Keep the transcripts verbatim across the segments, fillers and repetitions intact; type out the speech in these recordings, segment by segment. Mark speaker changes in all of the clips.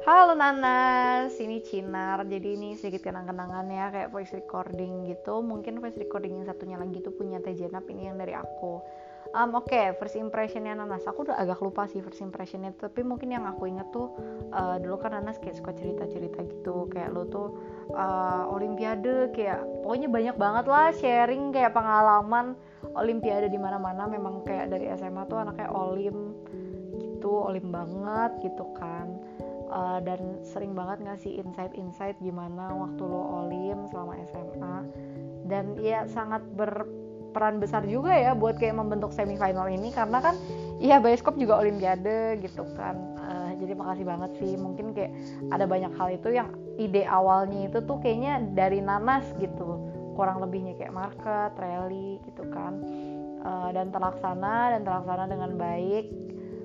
Speaker 1: Halo Nanas, ini Cinar. Jadi ini sedikit kenang-kenangan ya, kayak voice recording gitu. Mungkin voice recording yang satunya lagi tuh punya Teh Jenap, ini yang dari aku. Um, Oke, okay, first impressionnya Nanas. Aku udah agak lupa sih first impressionnya, tapi mungkin yang aku inget tuh uh, dulu kan Nanas kayak suka cerita-cerita gitu, kayak lo tuh uh, Olimpiade, kayak pokoknya banyak banget lah sharing kayak pengalaman Olimpiade di mana-mana. Memang kayak dari S M A tuh anaknya Olim gitu, Olim banget gitu kan. Uh, dan sering banget ngasih insight-insight gimana waktu lo Olim selama S M A, dan ya sangat berperan besar juga ya buat kayak membentuk semifinal ini, karena kan ya Bioskop juga Olimpiade gitu kan. Uh, jadi makasih banget sih, mungkin kayak ada banyak hal itu yang ide awalnya itu tuh kayaknya dari Nanas gitu, kurang lebihnya kayak market, rally gitu kan. Uh, dan terlaksana dan terlaksana dengan baik.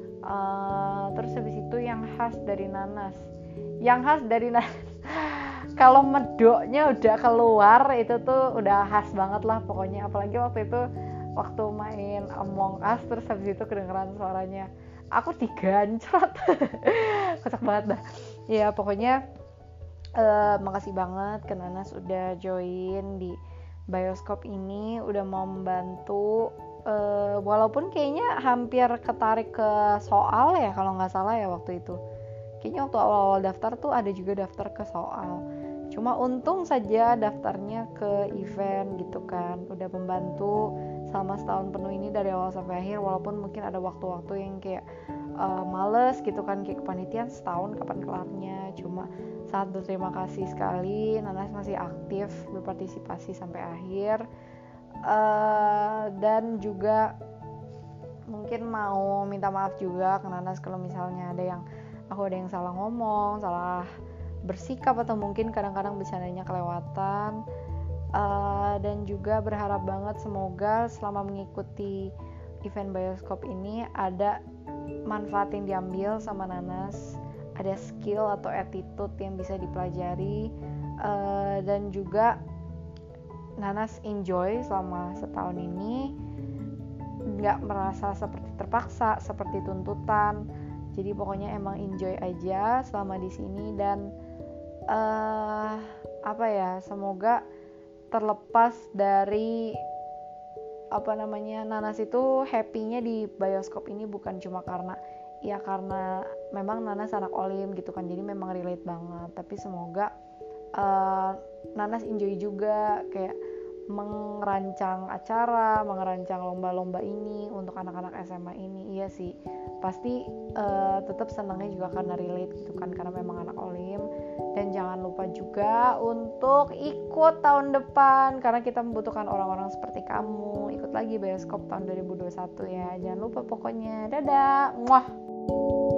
Speaker 1: Uh, terus habis itu yang khas dari Nanas, yang khas dari Nanas kalau medoknya udah keluar itu tuh udah khas banget lah pokoknya. Apalagi waktu itu waktu main Among Us, terus habis itu kedengeran suaranya aku digancrot kocak banget dah ya. Pokoknya uh, makasih banget ke Nanas udah join di Bioskop ini, udah mau membantu. Uh, walaupun kayaknya hampir ketarik ke soal ya kalau nggak salah ya waktu itu. Kayaknya waktu awal-awal daftar tuh ada juga daftar ke soal. Cuma untung saja daftarnya ke event gitu kan. Udah membantu selama setahun penuh ini dari awal sampai akhir, walaupun mungkin ada waktu-waktu yang kayak uh, males gitu kan, kayak kepanitiaan setahun kapan kelarnya. Cuma sangat berterima kasih sekali Nanas masih aktif berpartisipasi sampai akhir. Uh, dan juga mungkin mau minta maaf juga ke Nanas kalau misalnya ada yang aku ada yang salah ngomong, salah bersikap, atau mungkin kadang-kadang bercandanya kelewatan. Uh, dan juga berharap banget semoga selama mengikuti event Bioskop ini ada manfaat yang diambil sama Nanas, ada skill atau attitude yang bisa dipelajari, uh, dan juga Nanas enjoy selama setahun ini, nggak merasa seperti terpaksa, seperti tuntutan. Jadi pokoknya emang enjoy aja selama di sini. Dan uh, apa ya, semoga terlepas dari apa namanya, Nanas itu happy-nya di Bioskop ini bukan cuma karena ya karena memang Nanas anak Olim gitu kan, jadi memang relate banget. Tapi semoga uh, Nanas enjoy juga kayak mengerancang acara, mengerancang lomba-lomba ini untuk anak-anak S M A ini. Iya sih, pasti uh, tetap senangnya juga karena relate gitu kan, karena memang anak Olim. Dan jangan lupa juga untuk ikut tahun depan, karena kita membutuhkan orang-orang seperti kamu. Ikut lagi Bioskop tahun dua ribu dua puluh satu ya, jangan lupa pokoknya. Dadah, muah.